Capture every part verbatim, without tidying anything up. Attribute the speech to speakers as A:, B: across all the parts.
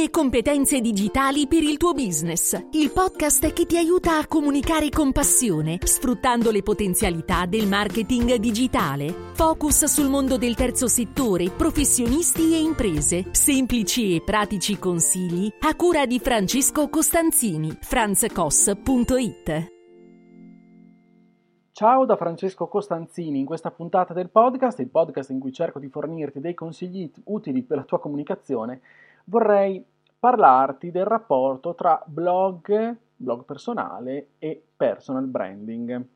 A: e competenze digitali per il tuo business. Il podcast che ti aiuta a comunicare con passione, sfruttando le potenzialità del marketing digitale. Focus sul mondo del terzo settore, professionisti e imprese. Semplici e pratici consigli a cura di Francesco Costanzini. franz cos punto it.
B: Ciao da Francesco Costanzini. In questa puntata del podcast, il podcast in cui cerco di fornirti dei consigli utili per la tua comunicazione, vorrei parlarti del rapporto tra blog, blog personale e personal branding.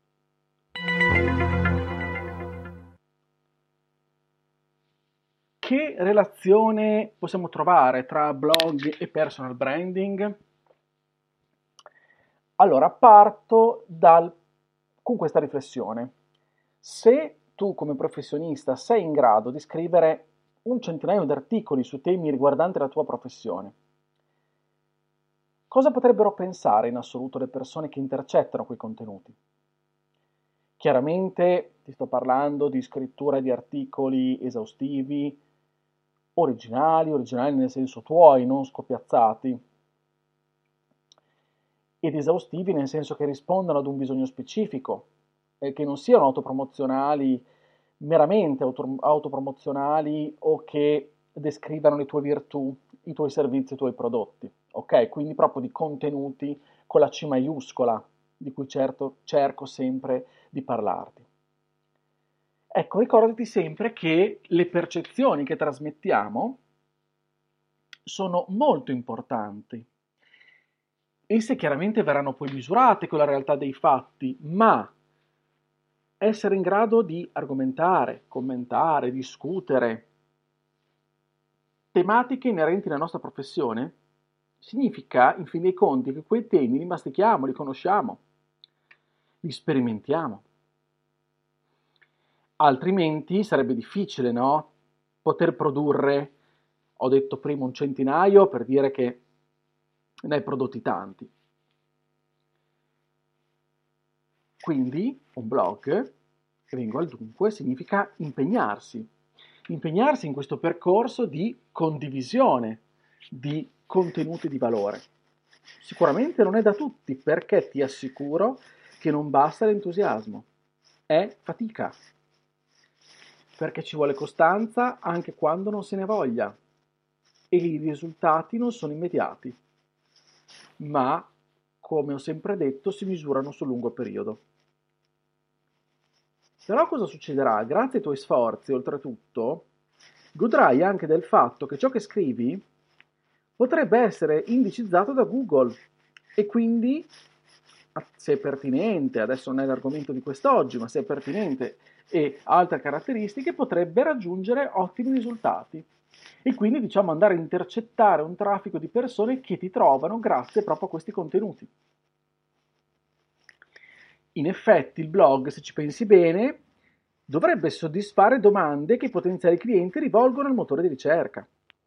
B: Che relazione possiamo trovare tra blog e personal branding? Allora, parto dal con questa riflessione. Se tu come professionista sei in grado di scrivere un centinaio di articoli su temi riguardanti la tua professione, cosa potrebbero pensare in assoluto le persone che intercettano quei contenuti? Chiaramente ti sto parlando di scrittura di articoli esaustivi, originali, originali nel senso tuoi, non scopiazzati, ed esaustivi nel senso che rispondano ad un bisogno specifico, eh, che non siano autopromozionali, meramente auto- autopromozionali o che descrivano le tue virtù, i tuoi servizi, i tuoi prodotti, ok? Quindi proprio di contenuti con la C maiuscola, di cui certo cerco sempre di parlarti. Ecco, ricordati sempre che le percezioni che trasmettiamo sono molto importanti. Esse chiaramente verranno poi misurate con la realtà dei fatti, ma essere in grado di argomentare, commentare, discutere tematiche inerenti alla nostra professione significa, in fin dei conti, che quei temi li mastichiamo, li conosciamo, li sperimentiamo. Altrimenti sarebbe difficile, no? Poter produrre, ho detto prima un centinaio per dire che ne hai prodotti tanti. Quindi un blog, vengo al dunque, significa impegnarsi. Impegnarsi in questo percorso di condivisione di contenuti di valore. Sicuramente non è da tutti, perché ti assicuro che non basta l'entusiasmo. È fatica. Perché ci vuole costanza anche quando non se ne voglia. E i risultati non sono immediati. Ma, come ho sempre detto, si misurano sul lungo periodo. Però cosa succederà? Grazie ai tuoi sforzi, oltretutto, godrai anche del fatto che ciò che scrivi potrebbe essere indicizzato da Google e quindi, se è pertinente, adesso non è l'argomento di quest'oggi, ma se è pertinente e ha altre caratteristiche, potrebbe raggiungere ottimi risultati. E quindi, diciamo, andare a intercettare un traffico di persone che ti trovano grazie proprio a questi contenuti. In effetti il blog, se ci pensi bene, dovrebbe soddisfare domande che i potenziali clienti rivolgono al motore di ricerca.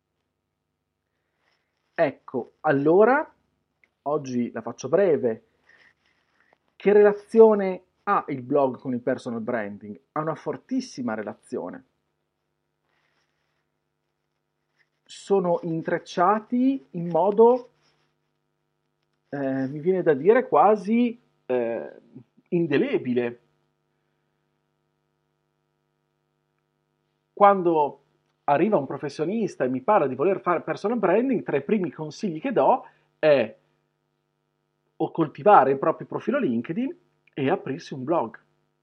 B: Ecco, allora, oggi la faccio breve. Che relazione ha il blog con il personal branding? Ha una fortissima relazione. Sono intrecciati in modo, eh, mi viene da dire, quasi eh, indelebile. Quando arriva un professionista e mi parla di voler fare personal branding, tra i primi consigli che do è o coltivare il proprio profilo LinkedIn e aprirsi un blog.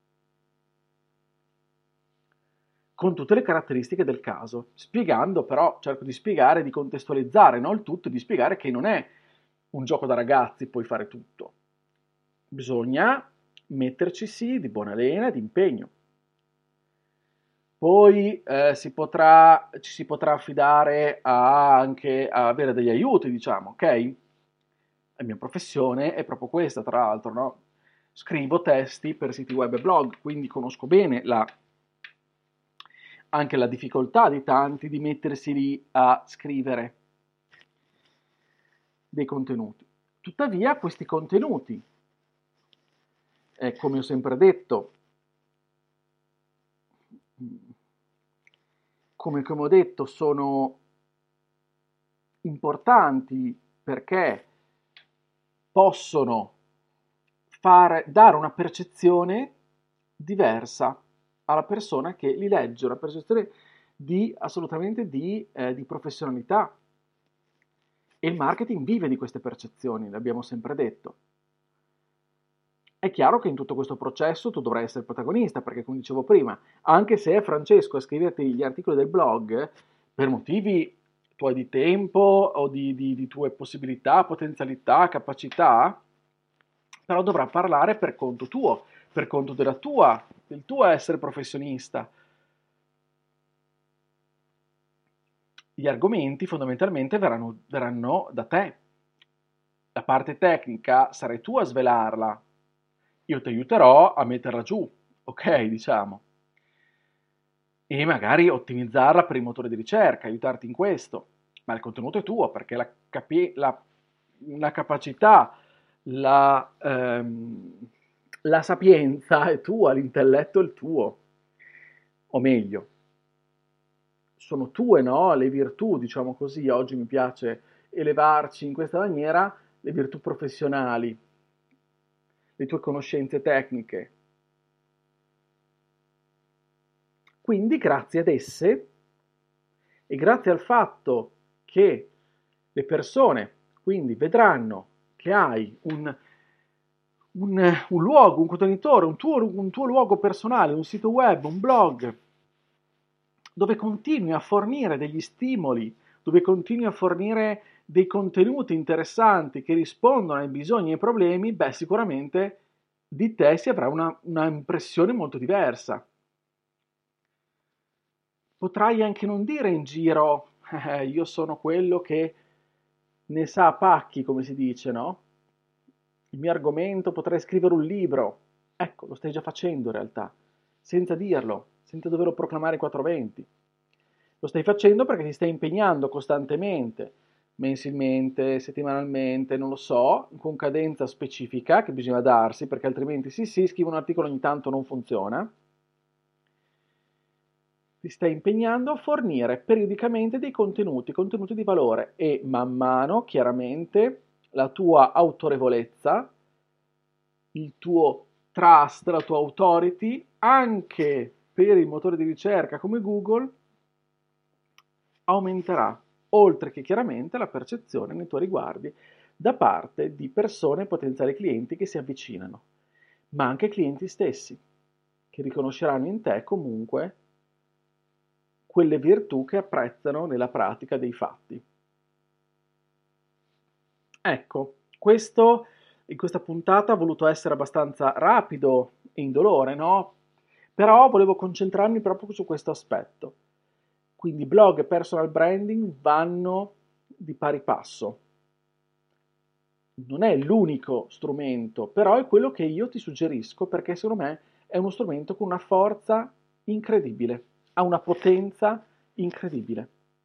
B: Con tutte le caratteristiche del caso, spiegando però, cerco di spiegare, di contestualizzare, no, il tutto, di spiegare che non è un gioco da ragazzi, puoi fare tutto. Bisogna metterci sì di buona lena, di impegno. Poi eh, si potrà, ci si potrà affidare a, anche a avere degli aiuti, diciamo, ok? La mia professione è proprio questa, tra l'altro, no? Scrivo testi per siti web e blog, quindi conosco bene la, anche la difficoltà di tanti di mettersi lì a scrivere dei contenuti. Tuttavia questi contenuti, eh, come ho sempre detto, come, come ho detto, sono importanti perché possono far, dare una percezione diversa alla persona che li legge, una percezione di assolutamente di, eh, di professionalità. E il marketing vive di queste percezioni, l'abbiamo sempre detto. È chiaro che in tutto questo processo tu dovrai essere protagonista, perché come dicevo prima, anche se è Francesco a scriverti gli articoli del blog, per motivi tuoi di tempo o di, di, di tue possibilità, potenzialità, capacità, però dovrà parlare per conto tuo, per conto della tua, del tuo essere professionista. Gli argomenti fondamentalmente verranno, verranno da te. La parte tecnica sarai tu a svelarla. Io ti aiuterò a metterla giù, ok, diciamo. E magari ottimizzarla per il motore di ricerca, aiutarti in questo. Ma il contenuto è tuo, perché la, capi- la, la capacità, la, ehm, la sapienza è tua, l'intelletto è il tuo. O meglio, sono tue, no? Le virtù, diciamo così, oggi mi piace elevarci in questa maniera, le virtù professionali, le tue conoscenze tecniche. Quindi grazie ad esse e grazie al fatto che le persone quindi vedranno che hai un, un, un luogo, un contenitore, un tuo, un tuo luogo personale, un sito web, un blog, dove continui a fornire degli stimoli, dove continui a fornire dei contenuti interessanti che rispondono ai bisogni e ai problemi, beh, sicuramente di te si avrà una, una impressione molto diversa. Potrai anche non dire in giro, eh, io sono quello che ne sa a pacchi, come si dice, no? Il mio argomento, potrei scrivere un libro. Ecco, lo stai già facendo in realtà, senza dirlo, senza doverlo proclamare ai quattro venti. Lo stai facendo perché ti stai impegnando costantemente, mensilmente, settimanalmente, non lo so, con cadenza specifica che bisogna darsi, perché altrimenti sì sì, scrivo un articolo ogni tanto non funziona. Ti stai impegnando a fornire periodicamente dei contenuti, contenuti di valore e man mano, chiaramente, la tua autorevolezza, il tuo trust, la tua authority, anche per il motore di ricerca come Google, aumenterà, oltre che chiaramente la percezione nei tuoi riguardi da parte di persone, potenziali clienti che si avvicinano, ma anche clienti stessi, che riconosceranno in te comunque quelle virtù che apprezzano nella pratica dei fatti. Ecco, questo in questa puntata ho voluto essere abbastanza rapido e indolore, no? Però volevo concentrarmi proprio su questo aspetto. Quindi blog e personal branding vanno di pari passo. Non è l'unico strumento, però è quello che io ti suggerisco perché secondo me è uno strumento con una forza incredibile, ha una potenza incredibile.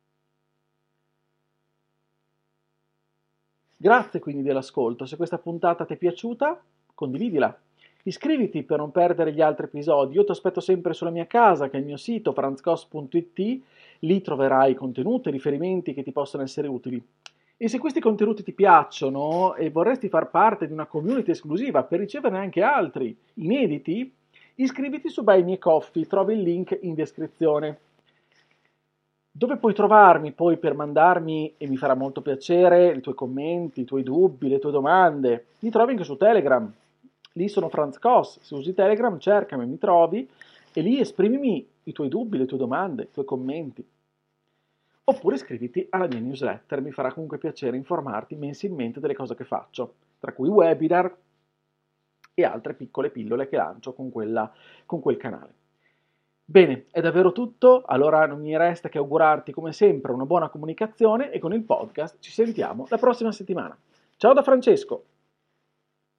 B: Grazie quindi dell'ascolto, se questa puntata ti è piaciuta, condividila. Iscriviti per non perdere gli altri episodi, io ti aspetto sempre sulla mia casa, che è il mio sito franz cos punto it, lì troverai contenuti e riferimenti che ti possono essere utili. E se questi contenuti ti piacciono e vorresti far parte di una community esclusiva per riceverne anche altri inediti, iscriviti su Buy Me Coffee, trovi il link in descrizione. Dove puoi trovarmi poi per mandarmi, e mi farà molto piacere, i tuoi commenti, i tuoi dubbi, le tue domande? Mi trovi anche su Telegram. Lì sono Franz Cos, se usi Telegram cercami, mi trovi e lì esprimimi i tuoi dubbi, le tue domande, i tuoi commenti. Oppure iscriviti alla mia newsletter, mi farà comunque piacere informarti mensilmente delle cose che faccio, tra cui webinar e altre piccole pillole che lancio con, quella, con quel canale. Bene, è davvero tutto, allora non mi resta che augurarti come sempre una buona comunicazione e con il podcast ci sentiamo la prossima settimana. Ciao da Francesco!